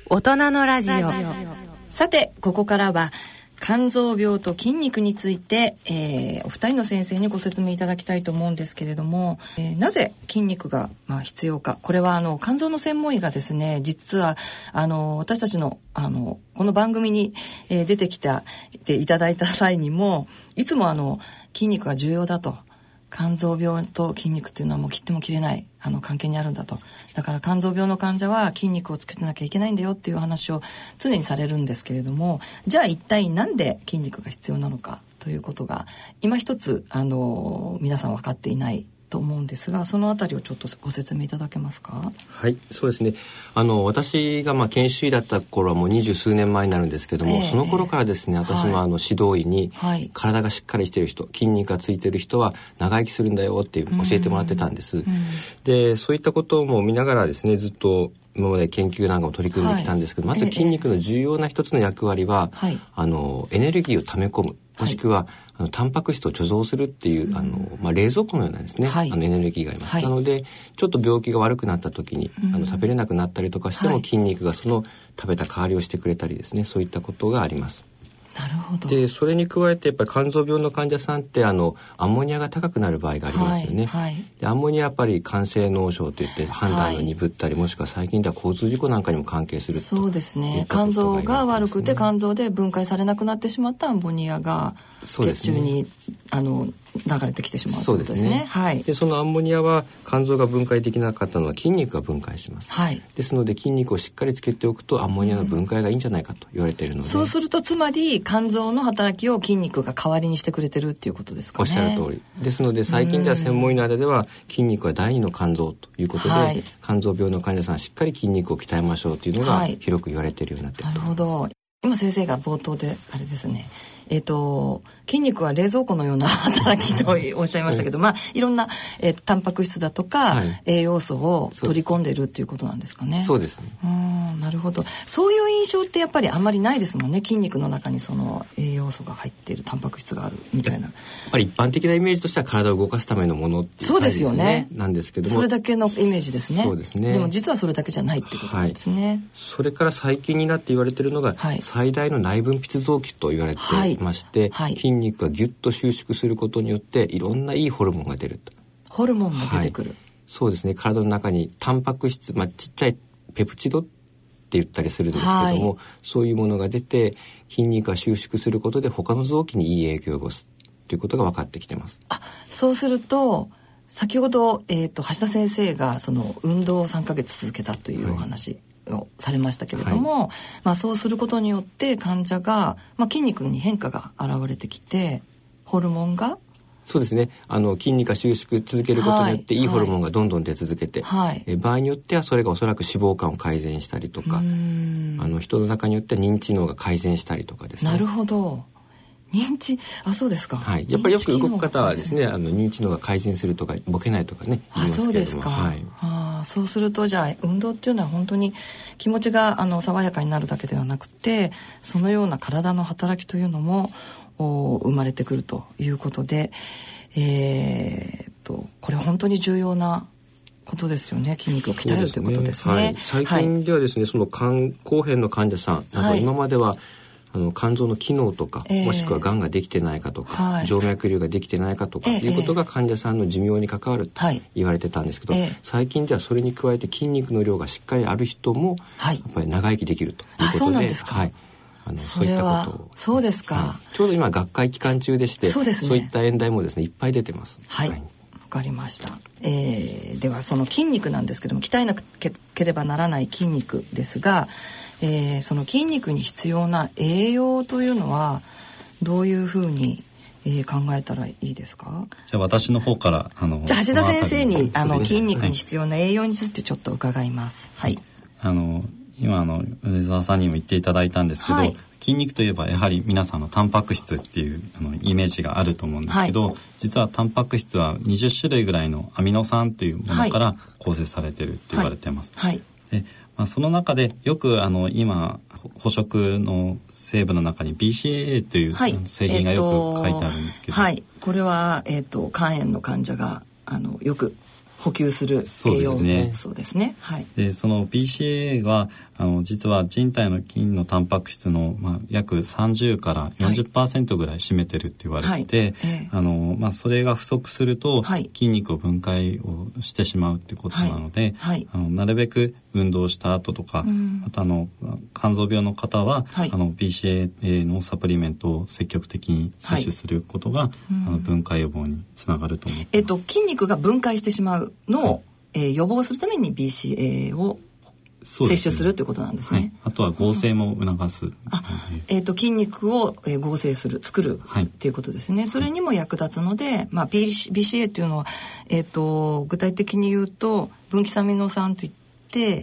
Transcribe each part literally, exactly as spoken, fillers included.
大人のラジオ。 さてここからは肝臓病と筋肉について、えー、お二人の先生にご説明いただきたいと思うんですけれども、えー、なぜ筋肉が、まあ、必要か。これはあの肝臓の専門医がですね、実はあの私たちのあのこの番組に、えー、出てきたていただいた際にもいつもあの筋肉が重要だと、肝臓病と筋肉というのはもう切っても切れないあの関係にあるんだと。だから肝臓病の患者は筋肉をつけてなきゃいけないんだよっていう話を常にされるんですけれども、じゃあ一体なんで筋肉が必要なのかということが今一つあの皆さん分かっていないと思うんですが、そのあたりをちょっとご説明いただけますか。 はい、そうですね。あの私がまあ研修医だった頃はもう二十数年前になるんですけども、えー、その頃からですね、私もあの指導医に、はい、体がしっかりしている人、筋肉がついている人は長生きするんだよって教えてもらってたんです。で、そういったことも見ながらですね、ずっと今まで研究なんかも取り組んできたんですけど、はい、まず筋肉の重要な一つの役割は、はい、あのエネルギーを溜め込む、もしくは、はい、あのタンパク質を貯蔵するっていう、うん、あのまあ、冷蔵庫のようなですね、はい、あのエネルギーがあります、はい、なのでちょっと病気が悪くなった時に、うん、あの食べれなくなったりとかしても、はい、筋肉がその食べた代わりをしてくれたりですね、そういったことがあります。 なるほど。 でそれに加えてやっぱり肝臓病の患者さんってあのアンモニアが高くなる場合がありますよね、はいはい、でアンモニアやっぱり肝性脳症といって判断が鈍ったり、はい、もしくは最近では交通事故なんかにも関係すると。 そうですね、肝臓が悪くて肝臓で分解されなくなってしまったアンモニアが血中に、ね、あの流れてきてしまうということですね。そうですね、はい、 でそのアンモニアは肝臓が分解できなかったのは筋肉が分解します、はい、ですので筋肉をしっかりつけておくとアンモニアの分解がいいんじゃないかと言われているので、うん、 そうするとつまり肝臓の働きを筋肉が代わりにしてくれてるっていうことですかね。 おっしゃる通りですので、最近では専門医の間では筋肉は第二の肝臓ということで、はい、肝臓病の患者さんはしっかり筋肉を鍛えましょうというのが広く言われているようになっていると思います、はい、なるほど。 今先生が冒頭であれですね、えーと、筋肉は冷蔵庫のような働きとおっしゃいましたけど、まあ、いろんな、えー、タンパク質だとか、はい、栄養素を取り込んでいるっていうことなんですかね。 そうですね。 うん、なるほど。そういう印象ってやっぱりあんまりないですもんね。筋肉の中にその栄養素が入っているタンパク質があるみたいな。やっぱり一般的なイメージとしては体を動かすためのものっていう感じですね。そうですよね。なんですけども、 それだけのイメージですね。 そうですね。 でも実はそれだけじゃないってことなんですね、はい、 それから最近になって言われているのが、はい、最大の内分泌臓器と言われていまして、はいはい、筋肉がギュッと収縮することによっていろんないいホルモンが出ると。 ホルモンが出てくる、はい、 そうですね。体の中にタンパク質、まあ、ちっちゃいペプチドって言ったりするんですけども、はい、そういうものが出て筋肉が収縮することで他の臓器にいい影響を及ぼすということが分かってきてます。 あ、そうすると先ほど、えーと、橋田先生がその運動をさんかげつ続けたというお話をされましたけれども、はい、まあ、そうすることによって患者が、まあ、筋肉に変化が現れてきてホルモンがそうですね、あの筋肉が収縮続けることによって、はい、いいホルモンがどんどん出続けて、はい、え場合によってはそれがおそらく脂肪肝を改善したりとか、あの人の中によっては認知能が改善したりとかですね。 なるほど。認知、あ、そうですか、 はい、やっぱりよく動く方はですね、あの認知能が改善するとかボケないとかね言いますけれども、あ、そうですか、はい、 あ、そうするとじゃあ運動っていうのは本当に気持ちがあの爽やかになるだけではなくて、そのような体の働きというのも生まれてくるということで、えー、っとこれ本当に重要なことですよね。筋肉を鍛えるということですね。はい、 最近ではですね、はい、その肝硬変の患者さんなど、今まではあの肝臓の機能とか、えー、もしくはがんができてないかとか、はい、静脈瘤ができてないかとか、えー、いうことが患者さんの寿命に関わると言われてたんですけど、はい、最近ではそれに加えて筋肉の量がしっかりある人も、はい、やっぱり長生きできるということで、あ、そうなんですか、はい、あのそういったことを、 そうですか、はい、 ちょうど今学会期間中でして、そうですね、そういった演題もですねいっぱい出てます。 はい、はい、わかりました。えー、ではその筋肉なんですけども、鍛えなければならない筋肉ですが、えー、その筋肉に必要な栄養というのはどういうふうに、えー、考えたらいいですか。 じゃあ私の方からあのじゃあ橋田先生にあの筋肉に必要な栄養についてちょっと伺います。はい、あの今あの梅沢さんにも言っていただいたんですけど、はい、筋肉といえばやはり皆さんのタンパク質っていうあのイメージがあると思うんですけど、はい、実はタンパク質はにじゅっしゅるいぐらいのアミノ酸というものから構成されているって言われています。はいはい、でまあ、その中でよくあの今補食の成分の中に ビーシーエー という製品がよく書いてあるんですけど、 はい、えー、はい、これは、えーと、肝炎の患者があのよく補給する栄養素ですね。はい。 でその ビーシーエー はあの実は人体の筋のタンパク質の、まあ、約さんじゅうからよんじゅっパーセントぐらい占めてるって言われてて、はいえーあのまあ、それが不足すると筋肉を分解をしてしまうってことなので、はいはい、あのなるべく運動した後とか、うん、あとあの肝臓病の方は、はい、あの ビーシーエー のサプリメントを積極的に摂取することが、はい、あの分解予防につながると思います。 えっと、筋肉が分解してしまうのを、はいえー、予防するために ビーシーエー を摂取するということなんですね。はい、 あとは合成も促す。 あ、えっと筋肉を、えー、合成する、作る、はい、っていうことですね。それにも役立つので、まあ ビーシーエー っていうのはえっと具体的に言うと分岐アミノ酸といって、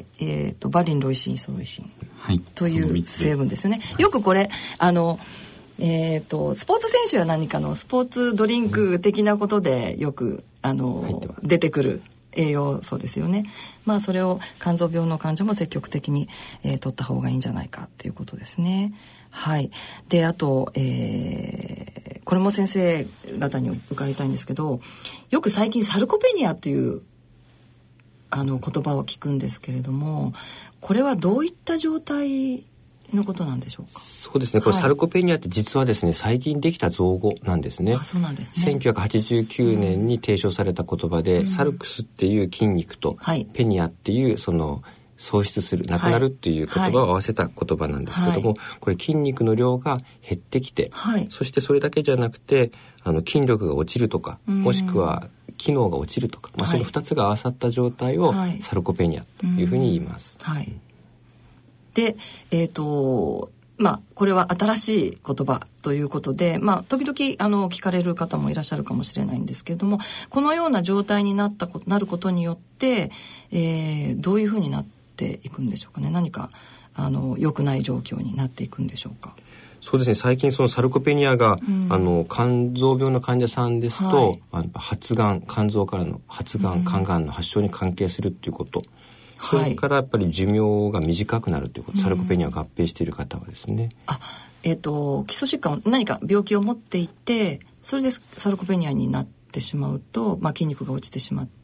えっとバリン、ロイシン、イソロイシン、はい、という成分ですよね。よくこれあの。えー、とスポーツ選手や何かのスポーツドリンク的なことでよくあの出てくる栄養素ですよね。まあそれを肝臓病の患者も積極的に、えー、取った方がいいんじゃないかっていうことですね。はい。であと、えー、これも先生方に伺いたいんですけど、よく最近サルコペニアというあの言葉を聞くんですけれども、これはどういった状態のことなんでしょうか。 そうですね。これ、はい、サルコペニアって実はですね、最近できた造語なんですね。 あ、そうなんですね。 せんきゅうひゃくはちじゅうきゅうねんに提唱された言葉で、うん、サルクスっていう筋肉と、はい、ペニアっていうその喪失する、なくなるっていう言葉を合わせた言葉なんですけども、はい、これ筋肉の量が減ってきて、はい、そしてそれだけじゃなくてあの筋力が落ちるとか、うん、もしくは機能が落ちるとか、まあ、そのふたつが合わさった状態をサルコペニアというふうに言います。 はい。で、えーとまあ、これは新しい言葉ということで、まあ、時々あの聞かれる方もいらっしゃるかもしれないんですけれども、このような状態になったことなることによって、えー、どういうふうになっていくんでしょうかね。何かあの良くない状況になっていくんでしょうか。 そうですね。最近そのサルコペニアが、うん、あの肝臓病の患者さんですと、はい、あの発がん、肝臓からの発がん、うん、肝がんの発症に関係するっていうこと、それからやっぱり寿命が短くなるということ、はい、サルコペニアを合併している方はですね、 あ、えーと、基礎疾患、何か病気を持っていて、それでサルコペニアになってしまうと、まあ、筋肉が落ちてしまって、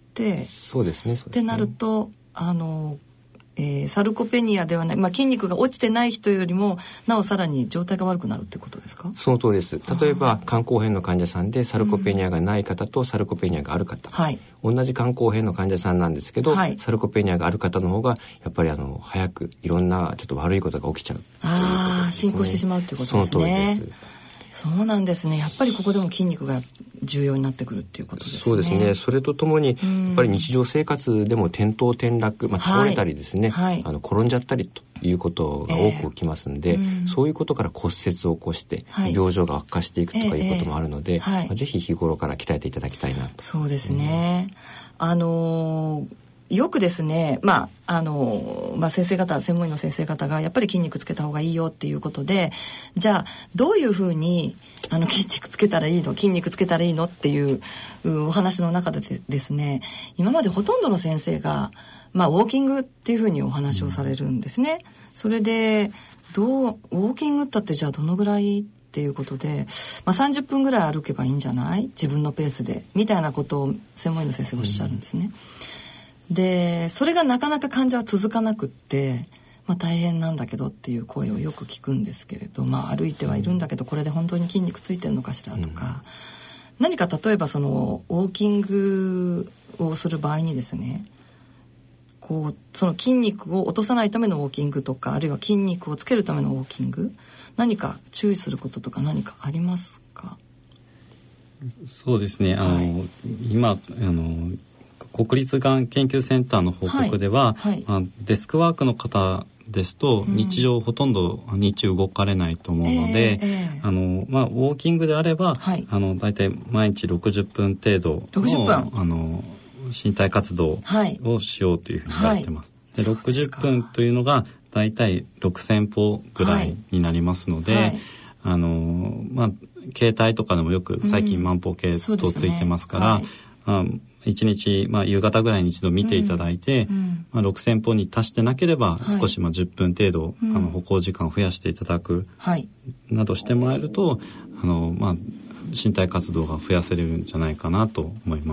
そうですね、そうですね。 ってなるとあの、えー、サルコペニアではない、まあ、筋肉が落ちてない人よりもなおさらに状態が悪くなるってことですか。 その通りです。例えば肝硬変の患者さんでサルコペニアがない方とサルコペニアがある方、はい、同じ肝硬変の患者さんなんですけど、はい、サルコペニアがある方の方がやっぱりあの早くいろんなちょっと悪いことが起きちゃうということですね。 ああ、進行してしまうってことですね。 その通りです。 そうなんですね。やっぱりここでも筋肉が重要になってくるっていうことですね。 そうですね。それとともにやっぱり日常生活でも転倒転落、まあ、倒れたりですね、はい、あの転んじゃったりということが多く起きますんで、えーうん、そういうことから骨折を起こして病状が悪化していくとかいうこともあるので、えーえーはいまあ、ぜひ日頃から鍛えていただきたいなと。 そうですね、うん、あのーよくですね、まああのまあ、先生方専門医の先生方がやっぱり筋肉つけた方がいいよっていうことで、じゃあどういうふうにあの筋肉つけたらいいの筋肉つけたらいいのっていうお話の中ででですね、今までほとんどの先生が、まあ、ウォーキングっていうふうにお話をされるんですね。それでどうウォーキングったってじゃあどのぐらいっていうことで、まあ、さんじゅっぷんぐらい歩けばいいんじゃない自分のペースでみたいなことを専門医の先生がおっしゃるんですね。でそれがなかなか患者は続かなくって、まあ、大変なんだけどっていう声をよく聞くんですけれど、まあ、歩いてはいるんだけどこれで本当に筋肉ついてるのかしらとか、うん、何か例えばそのウォーキングをする場合にですね、こうその筋肉を落とさないためのウォーキングとか、あるいは筋肉をつけるためのウォーキング、何か注意することとか何かありますか。 そうですね、あの、はい、今あの国立がん研究センターの報告では、はいはいまあ、デスクワークの方ですと日常ほとんど日中動かれないと思うので、うんえーえーあのまあ、ウォーキングであれば、はい、あのだいたい毎日ろくじゅっぷん程度の、ろくじゅっぷんあの身体活動をしようというふうに言われてます。はい、でろくじゅっぷんというのがだいたいろくせんぽぐらいになりますので、はいあのまあ、携帯とかでもよく最近万歩計とついてますから、うんねはいいちにち、まあ、夕方ぐらいに一度見ていただいて、うんうんまあ、ろくせんぽに達してなければ少しまあじゅっぷん程度、はい、あの歩行時間を増やしていただく、はい、などしてもらえるとあの、まあ、身体活動が増やせれるんじゃないかなと思います。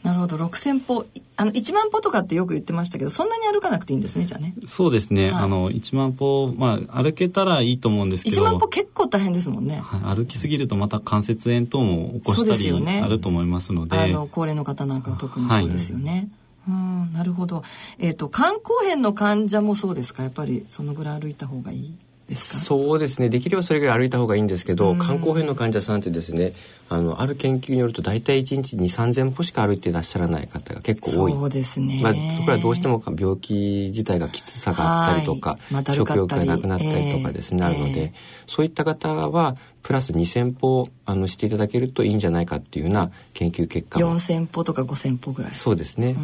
なるほど。ろくせん歩、あのいちまん歩とかってよく言ってましたけど、そんなに歩かなくていいんですね、じゃあね。 そうですね、はい、あのいちまん歩、まあ、歩けたらいいと思うんですけど、 いちまん歩結構大変ですもんね、 はい、歩きすぎるとまた関節炎等も起こしたり、ね、あると思いますので、 あの高齢の方なんかは特にそうですよね、はい、うん、なるほど。えーと、肝硬変の患者もそうですか？やっぱりそのぐらい歩いた方がいいですか？ そうですね、できればそれぐらい歩いた方がいいんですけど、肝硬変の患者さんってですね、あのある研究によると大体いちにちにせんさんぜん歩しか歩いていらっしゃらない方が結構多い。 そうですね、 まあ、これはどうしても病気自体がきつさがあったりとか、 まあ、 食欲がなくなったりとかですね、えー、あるので、そういった方はプラスにせん歩あのしていただけるといいんじゃないかっていうような研究結果も。 よんせん歩とかごせん歩ぐらい。 そうですね。 うん、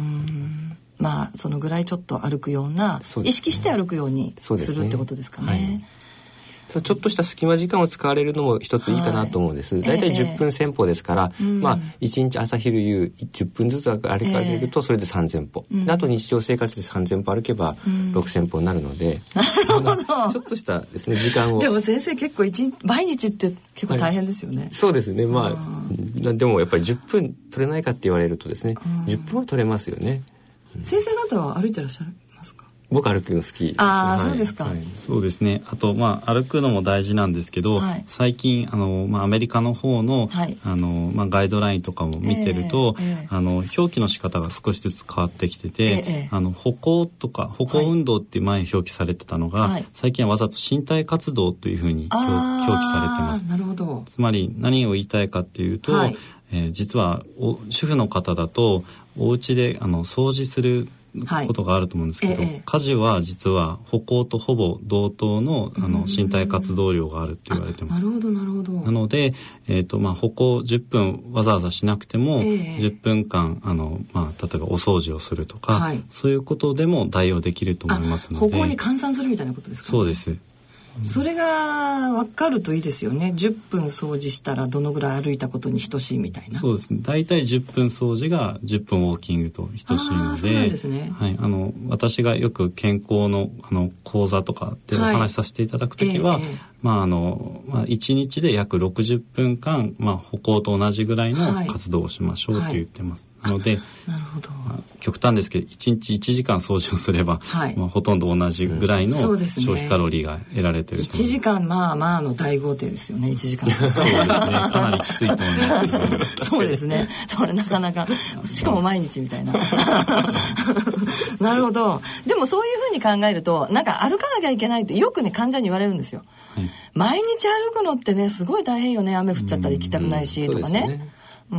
まあそのぐらいちょっと歩くような、う、ね、意識して歩くようにするってことですかね。はい、 ちょっとした隙間時間を使われるのも一ついいかなと思うんです。はい、だいたいじゅっぷんせん歩ですから、えー、まあいちにち朝昼夕じゅっぷんずつ歩かれるとそれでさんぜん歩、えー、あと日常生活でさんぜん歩歩けばろくせん歩になるので、 なるほど、 ちょっとしたですね時間を。 でも先生結構一日毎日って結構大変ですよね。はい、 そうですね、まあでもやっぱりじゅっぷん取れないかって言われるとですね、じゅっぷんは取れますよね。 うん、先生方は歩いてらっしゃる？ 僕歩くの好きですね。 ああ、 はい、 そうですか。はい、 そうですね。あと、まあ、歩くのも大事なんですけど、はい、最近あの、まあ、アメリカの方の、はい、あの、まあ、ガイドラインとかも見てると、えーえー、あの表記の仕方が少しずつ変わってきてて、えー、あの歩行とか歩行運動っていう前に表記されてたのが、はい、最近はわざと身体活動というふうに表、表記されてます。 なるほど。 つまり何を言いたいかっていうと、はい、えー、実はお主婦の方だとお家であの掃除することがあると思うんですけど、はい、ええ、家事は実は歩行とほぼ同等の、あの身体活動量があるって言われてます。 なるほどなるほど。 なので、えーとまあ、歩行じゅっぷんわざわざしなくても、ええ、じゅっぷんかんあの、まあ、例えばお掃除をするとか、はい、そういうことでも代用できると思いますので。 歩行に換算するみたいなことですかね。 そうです。 それが分かるといいですよね。じゅっぷん掃除したらどのぐらい歩いたことに等しいみたいな。 そうですね。だいたいじゅっぷん掃除がじゅっぷんウォーキングと等しいので、 そうなんですね。 はい、あの私がよく健康のあの講座とかでお話しさせていただくときは、はい、えーえーまああのまあ、いちにちで約ろくじゅっぷんかん、まあ、歩行と同じぐらいの活動をしましょうと言ってます。はいはい、なので、 なるほど、 まあ、極端ですけどいちにちいちじかん掃除をすれば、はい、まあ、ほとんど同じぐらいの消費カロリーが得られていると思います。 いちじかんまあまあの大豪邸ですよね。いちじかんそうですね、かなりきついと思いますそうですね、それなかなか、しかも毎日みたいななるほど。でもそういうふうに考えると、なんか歩かなきゃいけないってよくね患者に言われるんですよ。はい、毎日歩くのってねすごい大変よね。雨降っちゃったら行きたくないしとかね。うん、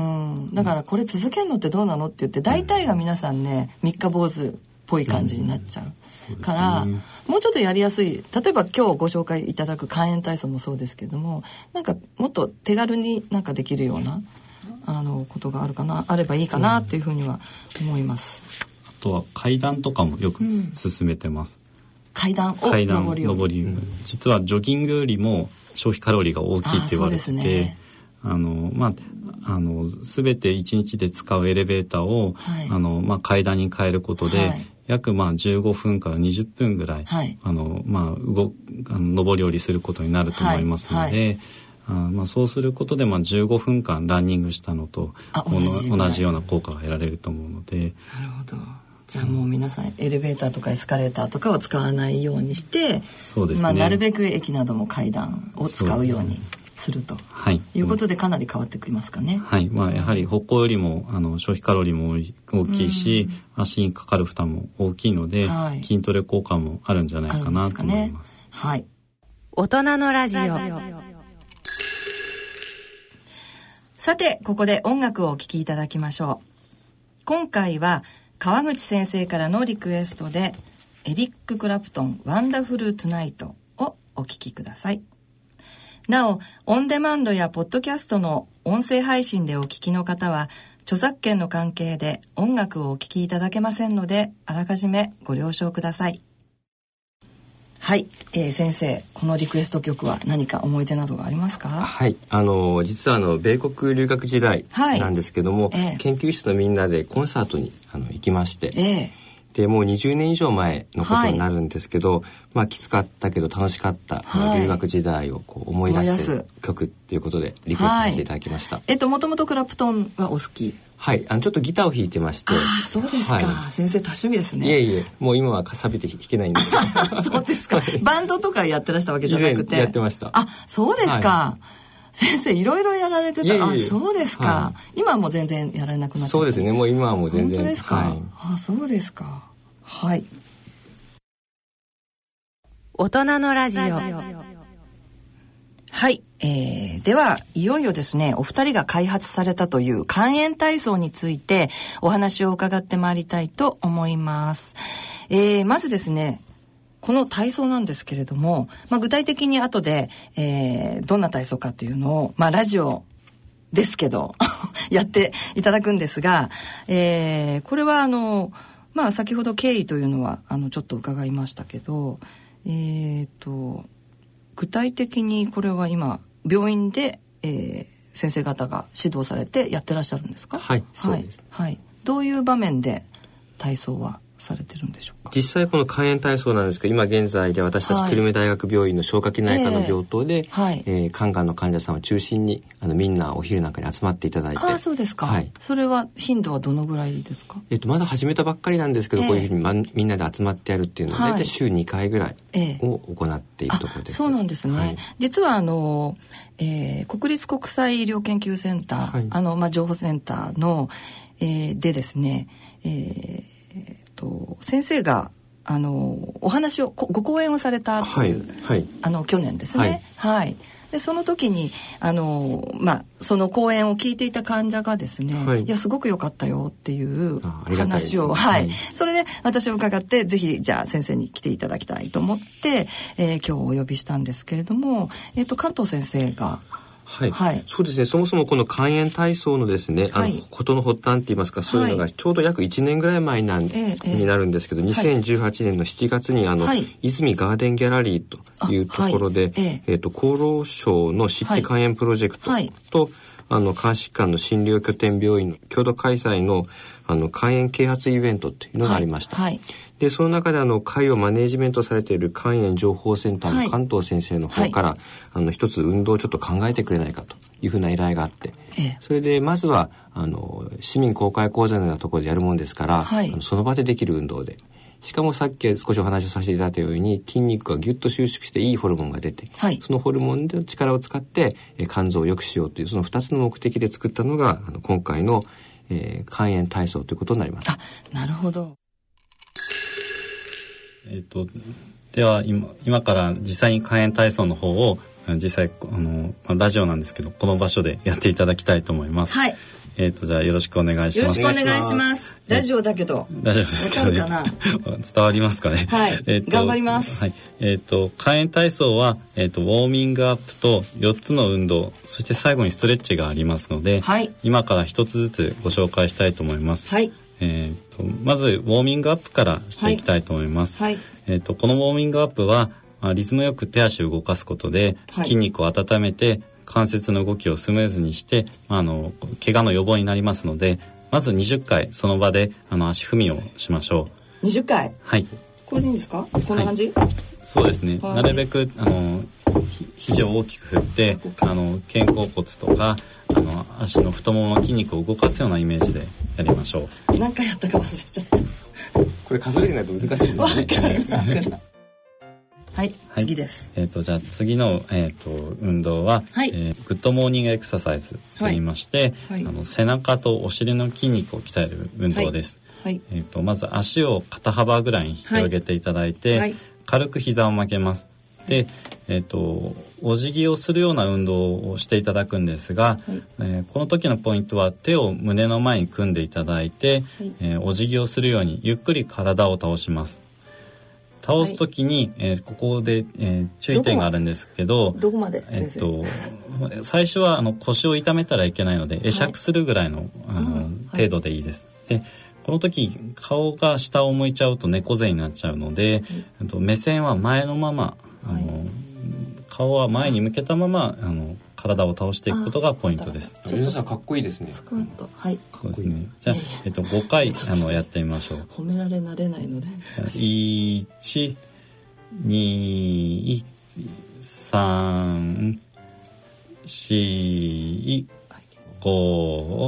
だからこれ続けるのってどうなのって言って大体が皆さんね三日坊主っぽい感じになっちゃうから、もうちょっとやりやすい、例えば今日ご紹介いただく肝炎体操もそうですけども、なんかもっと手軽になんかできるようなあのことがあるかな、あればいいかなっていうふうには思います。 あとは階段とかもよく進めてます。うん、 階段を階段上り上り、うん、実はジョギングよりも消費カロリーが大きいって言われてて、ね、あのまああの全ていちにちで使うエレベーターを、はい、あのまあ、階段に変えることで、はい、約まあじゅうごふんからにじゅっぷんぐらい、はい、あのまあ動あの上り下りすることになると思いますので、はいはい、あまあ、そうすることでまあじゅうごふんかんランニングしたのと同じ、同じような効果が得られると思うので。 なるほど。じゃあもう皆さんエレベーターとかエスカレーターとかを使わないようにして、 そうですね、 まあ、なるべく駅なども階段を使うようにすると、はい、いうことでかなり変わってきますかね。 はい、まあ、やはり歩行よりもあの消費カロリーも大きいし、うん、足にかかる負担も大きいので、はい、筋トレ効果もあるんじゃないかなと思います。 ね、はい。 大人のラジオ。 さてここで音楽をお聴きいただきましょう。今回は川口先生からのリクエストでエリック・クラプトンワンダフル・トゥナイトをお聴きください。なおオンデマンドやポッドキャストの音声配信でお聴きの方は著作権の関係で音楽をお聴きいただけませんのであらかじめご了承ください。はい、えー、先生このリクエスト曲は何か思い出などがありますか？ はい、あの実はあの米国留学時代なんですけども、はい、えー、研究室のみんなでコンサートにあの行きまして、えー、でもうにじゅうねん以上前のことになるんですけど、はい、まあ、きつかったけど楽しかった、はい、留学時代をこう思い出す曲っていうことでリクエストさせていただきました。はい、 えっともともとクラプトンはお好き？ はい、あのちょっとギターを弾いてまして。 ああ、そうですか、はい、先生多趣味ですね。 いえいえ、もう今は錆びて弾けないんですそうですか。バンドとかやってらしたわけじゃなくて。 やってました。 あ、そうですか、はい、先生いろいろやられてた。 いえいえ、 あ、そうですか、はい、今はもう全然やられなくなっちゃった。 そうですね、もう今はもう全然。 本当ですか、 はい、 あ、そうですか。はい。 大人のラジオ。 はい、えー、ではいよいよですね、お二人が開発されたという肝炎体操についてお話を伺ってまいりたいと思います。えー、まずですね、この体操なんですけれども、まあ、具体的に後で、えー、どんな体操かというのを、まあ、ラジオですけどやっていただくんですが、えー、これはあの、まあ、先ほど経緯というのはあのちょっと伺いましたけど、えーと具体的にこれは今病院で、えー、先生方が指導されてやってらっしゃるんですか？ はい、そうです、 はいはい、どういう場面で体操はされてるんでしょうか？ 実際この肝炎体操なんですけど、今現在で私たち久留米大学病院の消化器内科の病棟で、えーはいえー、肝がんの患者さんを中心にあのみんなお昼なんかに集まっていただいて。 あ、そうですか、はい、それは頻度はどのぐらいですか？ えっと、まだ始めたばっかりなんですけど、えー、こういうふうに、ま、みんなで集まってやるっていうのは大体週にかいぐらいを行っているところです、 えー、そうなんですね、はい、実はあの、えー、国立国際医療研究センター、はい、あの、まあ、情報センターの、えー、でですね、えーえー、と先生があのお話をご講演をされたという、はいはい、あの去年ですね、はいはい、でその時にあの、まあ、その講演を聞いていた患者がですね、はい、いやすごく良かったよっていう話を、はいはい、それで私を伺ってぜひじゃあ先生に来ていただきたいと思って、えー、今日お呼びしたんですけれども、えー、と関東先生がはいはい、そうですね、そもそもこの肝炎体操のですね、あの、はい、ことの発端って言いますか、そういうのがちょうど約いちねんぐらい前なん、はい、になるんですけど、にせんじゅうはちねんのしちがつにあの、はい、泉ガーデンギャラリーというところで、はい、えー、と厚労省の湿気肝炎プロジェクトと、はい、あの肝疾患の診療拠点病院の共同開催のあの肝炎啓発イベントというのがありました、はいはい、でその中であの会をマネージメントされている肝炎情報センターの関東先生の方から、はい、あの一つ運動をちょっと考えてくれないかというふうな依頼があって、ええ、それでまずはあの市民公開講座のようなところでやるもんですから、はい、あのその場でできる運動で、しかもさっき少しお話をさせていただいたように筋肉がギュッと収縮していいホルモンが出て、はい、そのホルモンの力を使ってえ肝臓を良くしようというそのふたつの目的で作ったのがあの今回の、えー、肝炎体操ということになります。 あ、なるほど。 えーと、では 今, 今から実際に肝炎体操の方を実際あのラジオなんですけどこの場所でやっていただきたいと思います。はい。えーと、じゃあよろしくお願いします。 よろしくお願いします。ラジオだけどラジオですけど、ね、わかるかな伝わりますかね。 はい、えー、頑張ります。 はい、えーと、肝炎体操は、えーと、ウォーミングアップとよっつの運動、そして最後にストレッチがありますので、はい、今からひとつずつご紹介したいと思います。はい。えーと、まずウォーミングアップからしていきたいと思います。はい。えーと、このウォーミングアップは、まあ、リズムよく手足を動かすことで筋肉を温めて関節の動きをスムーズにして、まあ、あの怪我の予防になりますので、まずにじゅっかいその場であの足踏みをしましょう。 にじゅっかい。 はい。 これでいいんですか？こんな感じ？ はい、そうですね。なるべくあの肘を大きく振ってあの肩甲骨とかあの足の太ももの筋肉を動かすようなイメージでやりましょう。何回やったか忘れちゃった。 これ数えないと難しいですね。わかる。 はい、はい、次です。 えっ、ー、とじゃあ次の、えー、と運動は、はい、えー、グッドモーニングエクササイズと言いまして、はいはい、あの背中とお尻の筋肉を鍛える運動です。はいはい、えー、とまず足を肩幅ぐらいに広げていただいて、はいはい、軽く膝を曲げます。で、えー、とお辞儀をするような運動をしていただくんですが、はい、えー、この時のポイントは手を胸の前に組んでいただいて、はい、えー、お辞儀をするようにゆっくり体を倒します。倒すときに、はい、えー、ここで、えー、注意点があるんですけど、 どこまで先生、 えー、と最初はあの腰を痛めたらいけないので会釈するぐらいの、はい、あの、うん、程度でいいです。でこの時顔が下を向いちゃうと猫背になっちゃうので、はい、と目線は前のままあの、はい、顔は前に向けたままあの体を倒していくことがポイントです。 ちょっとかっこいいですね。 スクワット、はい。 そうですね。じゃあ、えっとごかいあのやってみましょう。 褒められなれないので。 いち、に、さん、し、ご、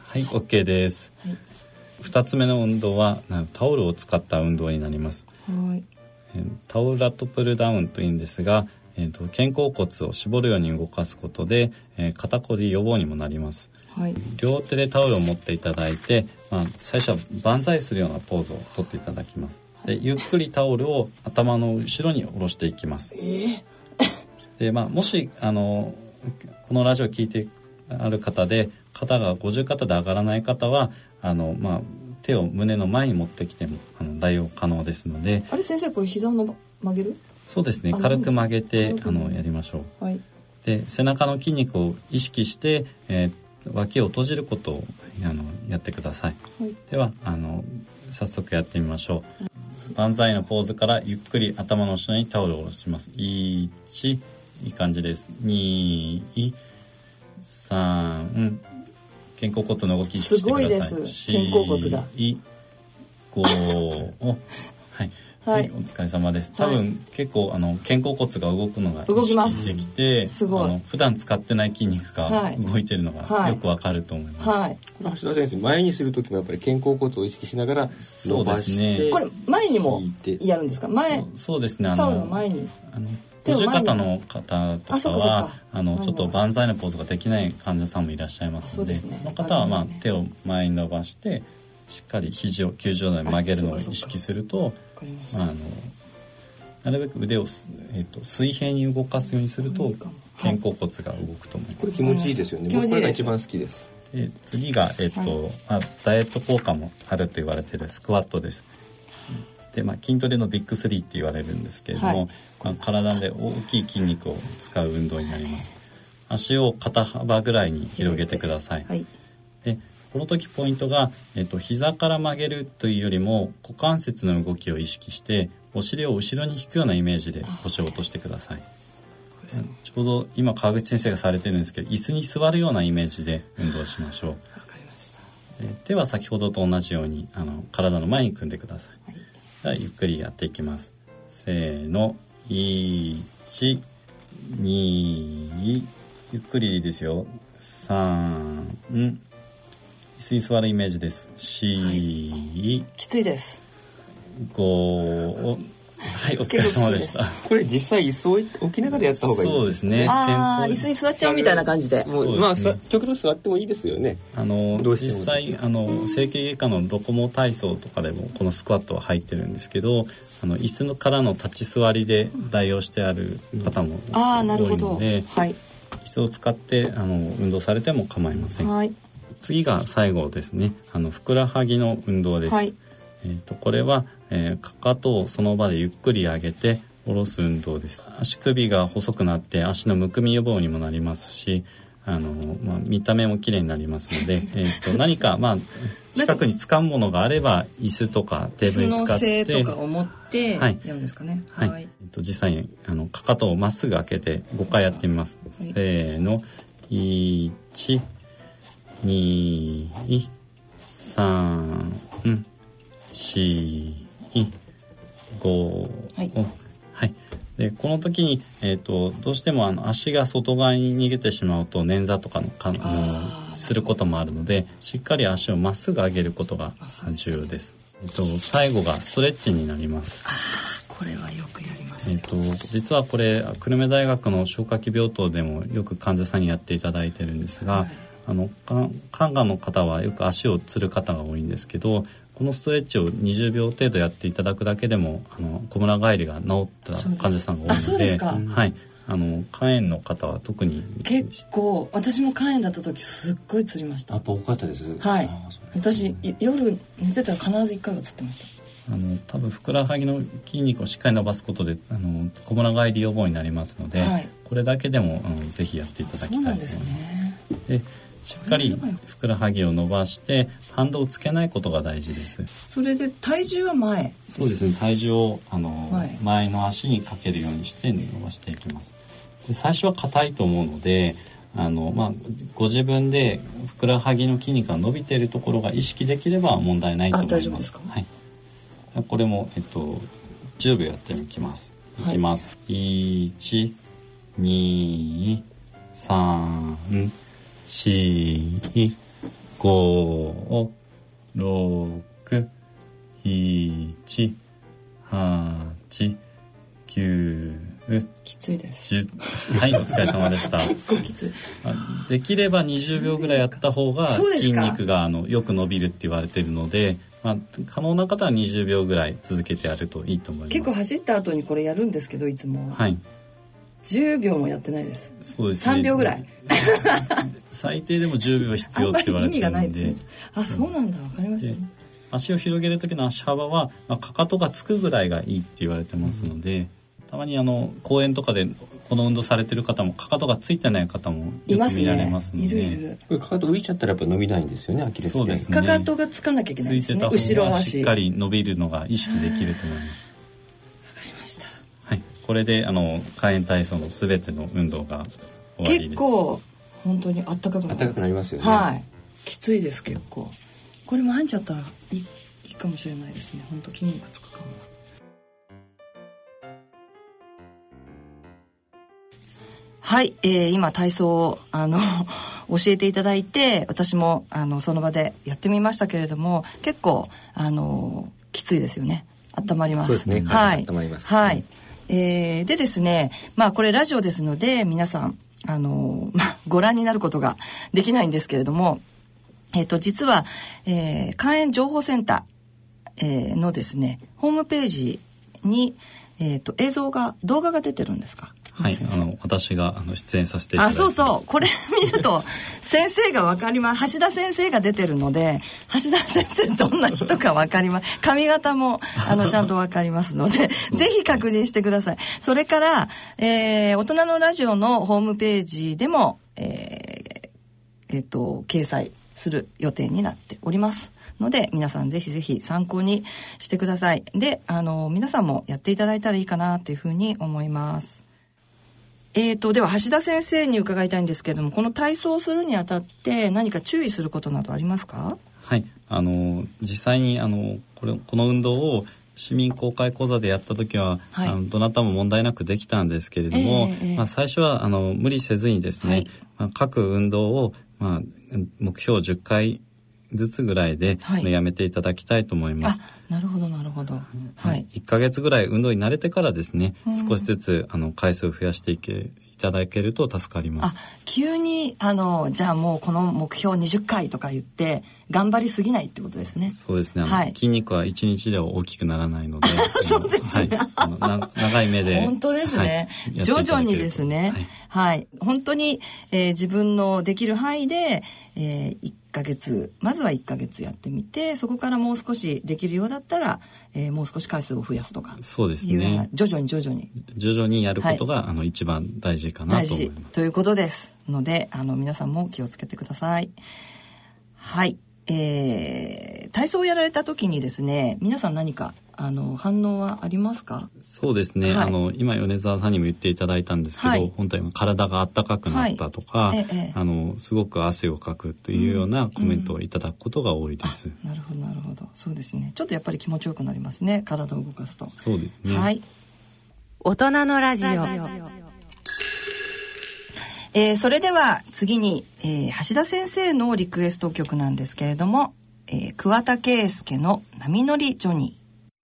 はい、 OK です、はい、ふたつめの運動はタオルを使った運動になります。はい、タオルラットプルダウンというんですが、えー、と肩甲骨を絞るように動かすことで、えー、肩こり予防にもなります。はい、両手でタオルを持っていただいて、まあ、最初は万歳するようなポーズをとっていただきます。でゆっくりタオルを頭の後ろに下ろしていきます。えーでまあ、もしあのこのラジオを聞いてある方で肩が五十肩で上がらない方はあの、まあ、手を胸の前に持ってきてもあの代用可能ですので。 あれ先生これ膝をの曲げる？ そうですね、軽く曲げてあのやりましょう。はい、で背中の筋肉を意識して、えー、脇を閉じることをあのやってください。はい、ではあの早速やってみましょう。万歳のポーズからゆっくり頭の後ろにタオルを下ろします。いち、いい感じです。に、さん、肩甲骨の動き意識してください。 すごいです。肩甲骨が。 ご、はいはい、お疲れ様です。多分、はい、結構あの肩甲骨が動くのが意識できて、すごいあの普段使ってない筋肉が動いているのがよくわかると思います。はいはい、 橋田先生、前にする時もやっぱり肩甲骨を意識しながら伸ばして、ね、 これ前にもやるんですか？前、 そ, そうですね。 あのタオルの前に。 あの五十肩の方とかはあのちょっと万歳のポーズができない患者さんもいらっしゃいますので、そ, で、ね、その方は、まあ、手を前に伸ばしてしっかり肘をきゅうじゅうどに曲げるのを意識すると、あのなるべく腕を、えー、と水平に動かすようにすると肩甲骨が動くと思います。 これ気持ちいいですよね。僕これが一番好きです。 で次が、えーとはいまあ、ダイエット効果もあると言われているスクワットです。でまあ、筋トレのビッグスリーって言われるんですけれども、はいまあ、体で大きい筋肉を使う運動になります。足を肩幅ぐらいに広げてください。はい、でこの時ポイントが、えっと、膝から曲げるというよりも股関節の動きを意識してお尻を後ろに引くようなイメージで腰を落としてください。ちょうど今川口先生がされてるんですけど、椅子に座るようなイメージで運動しましょう。わかりました。手は先ほどと同じようにあの体の前に組んでください。はいゆっくりやっていきます。せーの、いち、に、ゆっくりですよ。さん、椅子に座るイメージです。し、はい、 きついです。 ご、はい、お疲れ様でした。 これ実際椅子を置きながらやった方がいい。 そうですね。 ああ、椅子に座っちゃうみたいな感じで。 もうまあ極力座ってもいいですよね。 あの実際あの整形外科のロコモ体操とかでもこのスクワットは入ってるんですけど、あの椅子のからの立ち座りで代用してある方も多いので、はい、椅子を使ってあの運動されても構いません。はい、次が最後ですね。あのふくらはぎの運動です。はい、えーとこれはえー、かかとをその場でゆっくり上げて下ろす運動です。足首が細くなって足のむくみ予防にもなりますし、あの、まあ、見た目も綺麗になりますのでえーと何か、まあ、近くに掴むものがあれば椅子とかテーブルに使って椅子の背とかを持ってやるんですかね。 はい、はい、えーと実際にあのかかとをまっすぐ開けてごかいやってみます。はい、せーの、いち、に、さん、よん、ご、はい、はい、でこの時に、えーと、どうしてもあの足が外側に逃げてしまうと捻挫とかのかのすることもあるので、しっかり足をまっすぐ上げることが重要です。えーと、最後がストレッチになります。 あこれはよくやります、ね。 えーと、実はこれ久留米大学の消化器病棟でもよく患者さんにやっていただいてるんですが、はい、あの肝がんの方はよく足をつる方が多いんですけど、このストレッチをにじゅうびょう程度やっていただくだけでもあのこむら返りが治った患者さんが多いので、はい、あの肝炎の方は特に結構私も肝炎だった時すっごいつりました。 やっぱ多かったです。 はい。私夜寝てたら必ずいっかいはつってました。 あの多分ふくらはぎの筋肉をしっかり伸ばすことであのこむら返り予防になりますので、はい、これだけでもあのぜひやっていただきたいと思います。そうなんですね。でしっかりふくらはぎを伸ばして反動をつけないことが大事です。 それで体重は前です。 そうですね。体重をあの前, 前の足にかけるようにして伸ばしていきます。で最初は硬いと思うので、あの、まあ、ご自分でふくらはぎの筋肉が伸びているところが意識できれば問題ないと思います。 あ、大丈夫ですか？ はい。これも、えっと、じゅうびょうやっていきます。いきます。はい、いち、に、さん、し、 ご、ろく、なな、はち、きゅう、 きついです。 はい、お疲れ様でした。 結構きつい。 できればにじゅうびょうぐらいやった方が筋肉があのよく伸びるって言われているので、まあ、可能な方はにじゅうびょうぐらい続けてやるといいと思います。 結構走った後にこれやるんですけど、いつも、 はい、 じゅうびょうもやってないです。 そうですね、 さんびょうぐらい最低でもじゅうびょう必要って言われてるので。あんまり意味がないですね。あ、そうなんだ、わかりましたね。 足を広げる時の足幅は、まあ、かかとがつくぐらいがいいって言われてますので、うん、たまにあの公園とかでこの運動されてる方もかかとがついてない方もよく見られますので、いますね、いるいる。 これかかと浮いちゃったらやっぱ伸びないんですよね、アキレス腱。 そうですね、 かかとがつかなきゃいけないですね。 ついてた方がしっかり伸びるのが意識できると思います。 わかりました。 はい、これであの火炎体操のすべての運動が終わりです。 結構本当にあったかくなる。 あったかくなりますよね。 はい。きついです結構。これ毎日やったらいい、いいかもしれないですね。本当筋肉つくかも。はい、えー、今体操をあの教えていただいて、私もあのその場でやってみましたけれども、結構あのきついですよね。温まります。 そうですね。はい。温まります。 はい。えー、でですね、まあこれラジオですので皆さんあの、まあ、ご覧になることができないんですけれども、えっと実は、えー、肝炎情報センター、えー、のですねホームページに、えー、と映像が動画が出てるんですか。 はい、あの私があの出演させていただいて、 あ、そうそう、これ見ると先生が分かります。橋田先生が出てるので、橋田先生どんな人か分かります。髪型もあのちゃんと分かりますのでぜひ確認してください。それから、えー、大人のラジオのホームページでも、えーえー、と掲載する予定になっておりますので、皆さんぜひぜひ参考にしてください。で、あの皆さんもやっていただいたらいいかなというふうに思います。えーと、では橋田先生に伺いたいんですけれども、この体操をするにあたって何か注意することなどありますか？ はい、あの実際にあのこれこの運動を市民公開講座でやった時は、はい、あのどなたも問題なくできたんですけれども、えーえーまあ、最初はあの無理せずにですね、はいまあ、各運動を、まあ、目標じゅっかいずつぐらいで、はい、やめていただきたいと思います。 あ、なるほどなるほど。はい。 いっかげつぐらい運動に慣れてからですね、うん、少しずつあの回数を増やしていけいただけると助かります。 あ、急にあのじゃあもうこの目標にじゅっかいとか言って頑張りすぎないってことですね。 そうですね。はい、筋肉はいちにちでは大きくならないので、 そうですね。 はい、あのな長い目で本当ですね。はい、徐々にですね。はい、はい、本当に、えー、自分のできる範囲で、えー、いっかげつまずはいっかげつやってみて、そこからもう少しできるようだったら、えー、もう少し回数を増やすとか。 そうですね。 徐々に徐々に徐々にやることが、はい、あの一番大事かなと思います。 ということですので、あの皆さんも気をつけてください。はい、えー、体操をやられた時にですね、皆さん何かあの反応はありますか？ そうですね、はい、あの今米沢さんにも言っていただいたんですけど、はい、本当に体が温かくなったとか、はいええ、あのすごく汗をかくというようなコメントをいただくことが多いです、 うんうん、なるほどなるほど。そうですね、ちょっとやっぱり気持ちよくなりますね、体を動かすと。 そうですね。 はい、 大人のラジオ。 えー、それでは次に、えー、橋田先生のリクエスト曲なんですけれども、えー、桑田佳祐の波乗りジョニ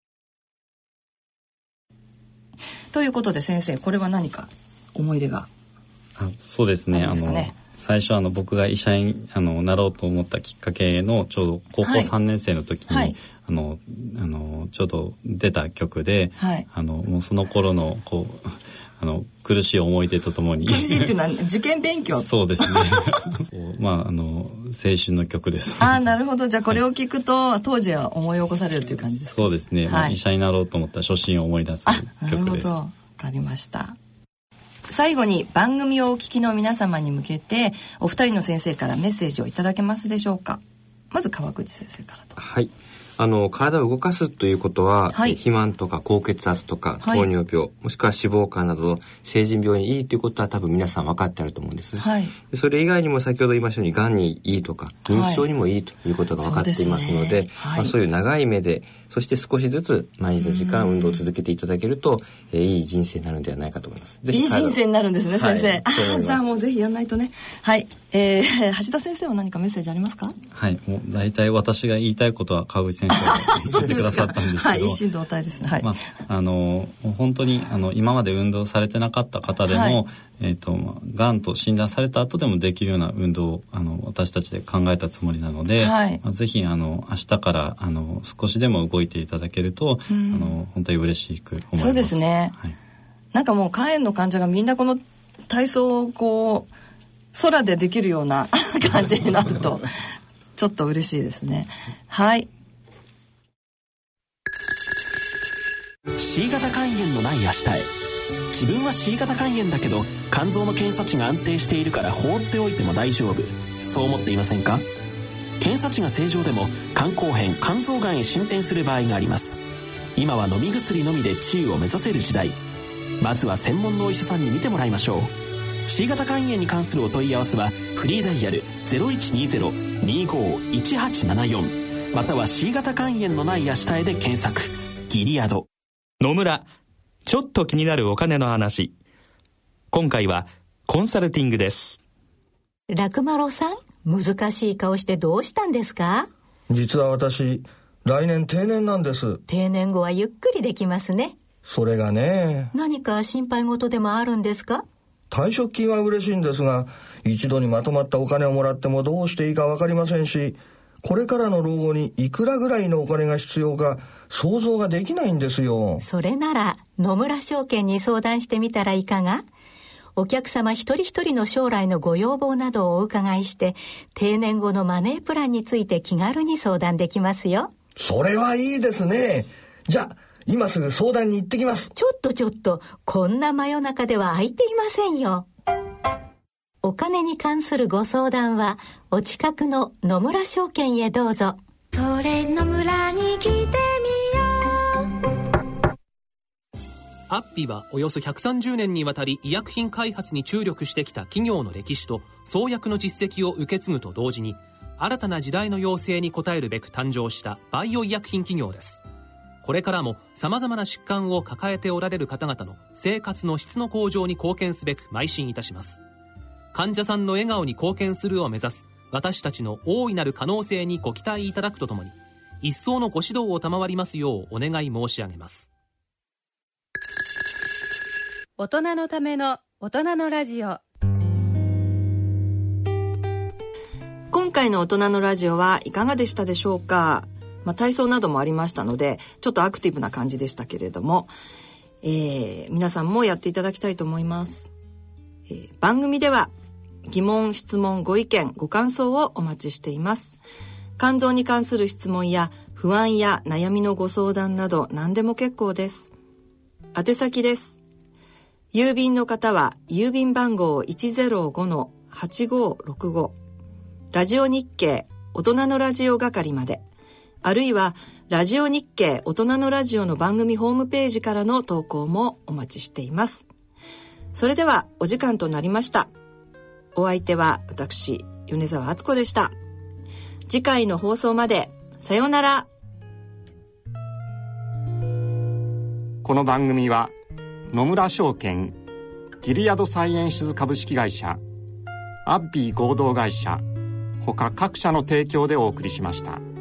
ーということで、先生これは何か思い出が？ あ、そうですね、あの最初あの僕が医者にあのなろうと思ったきっかけのちょうど高校さんねん生の時に、はい、あのあのちょうど出た曲で、はい、あのもうその頃のこうあの苦しい思い出とともに、苦しいっていうのは受験勉強そうですねまああの青春の曲です。 あ、なるほど。じゃあこれを聞くと、はい、当時は思い起こされるという感じですか？ そうですね、はい、まあ、医者になろうと思った初心を思い出す曲です。 なるほど、わかりました。最後に番組をお聞きの皆様に向けてお二人の先生からメッセージをいただけますでしょうか。まず川口先生からと。 はい、あの体を動かすということは、はい、肥満とか高血圧とか糖尿病、はい、もしくは脂肪肝などの成人病にいいということは多分皆さん分かってあると思うんです、はい、でそれ以外にも先ほど言いましたようにがんにいいとか認知症にもいいということが分かっていますので、はい、そうですね、はい、まあ、そういう長い目でそして少しずつ毎日の時間運動を続けていただけると、えー、いい人生になるのではないかと思います。 ぜひいい人生になるんですね、先生。 はい、 あじゃあもうぜひやんないとね。はい、えー、橋田先生は何かメッセージありますか？ はい、もう大体私が言いたいことは川口先生が言ってくださったんですけどはい、一心同体ですね。はい、 まあ、あの本当にあの今まで運動されてなかった方でも、はい、えーと、がんと診断された後でもできるような運動をあの私たちで考えたつもりなので、はい、まあ、ぜひあの明日からあの少しでも動いていただけると、うん、あの本当に嬉しく思います。 そうですね、はい、なんかもう肝炎の患者がみんなこの体操をこう空でできるような感じになるとちょっと嬉しいですね。はい。 シー 型肝炎のない明日へ。自分は シー 型肝炎だけど肝臓の検査値が安定しているから放っておいても大丈夫、そう思っていませんか？検査値が正常でも肝硬変、肝臓がんへ進展する場合があります。今は飲み薬のみで治癒を目指せる時代。まずは専門のお医者さんに診てもらいましょう。 シー 型肝炎に関するお問い合わせはフリーダイヤル ゼロいちにゼロ にごいちはちななよん または シー 型肝炎のない明日へで検索。ギリアド。 野村、ちょっと気になるお金の話。今回はコンサルティングです。 楽丸さん、難しい顔してどうしたんですか？ 実は私来年定年なんです。 定年後はゆっくりできますね。 それがね。 何か心配事でもあるんですか？ 退職金は嬉しいんですが、一度にまとまったお金をもらってもどうしていいか分かりませんし、これからの老後にいくらぐらいのお金が必要か想像ができないんですよ。 それなら野村証券に相談してみたらいかが？お客様一人一人の将来のご要望などをお伺いして、定年後のマネープランについて気軽に相談できますよ。 それはいいですね。じゃあ今すぐ相談に行ってきます。 ちょっとちょっと、こんな真夜中では空いていませんよ。お金に関するご相談はお近くの野村証券へどうぞ。 それ野村に来てみよう。 アッピはおよそひゃくさんじゅうねんにわたり医薬品開発に注力してきた企業の歴史と創薬の実績を受け継ぐと同時に、新たな時代の要請に応えるべく誕生したバイオ医薬品企業です。これからも様々な疾患を抱えておられる方々の生活の質の向上に貢献すべく邁進いたします。患者さんの笑顔に貢献するを目指す私たちの大いなる可能性にご期待いただくとともに、一層のご指導を賜りますようお願い申し上げます。 大人のための大人のラジオ。 今回の大人のラジオはいかがでしたでしょうか？まあ、体操などもありましたのでちょっとアクティブな感じでしたけれども、えー、皆さんもやっていただきたいと思います。えー、番組では疑問、質問、ご意見、ご感想をお待ちしています。肝臓に関する質問や不安や悩みのご相談など何でも結構です。宛先です。郵便の方は郵便番号 いちゼロごのはちごろくご ラジオ日経大人のラジオ係まで、あるいはラジオ日経大人のラジオの番組ホームページからの投稿もお待ちしています。それではお時間となりました。お相手は私米沢敦子でした。次回の放送までさようなら。 この番組は野村証券、ギリアドサイエンシズ株式会社、アッビー合同会社他各社の提供でお送りしました。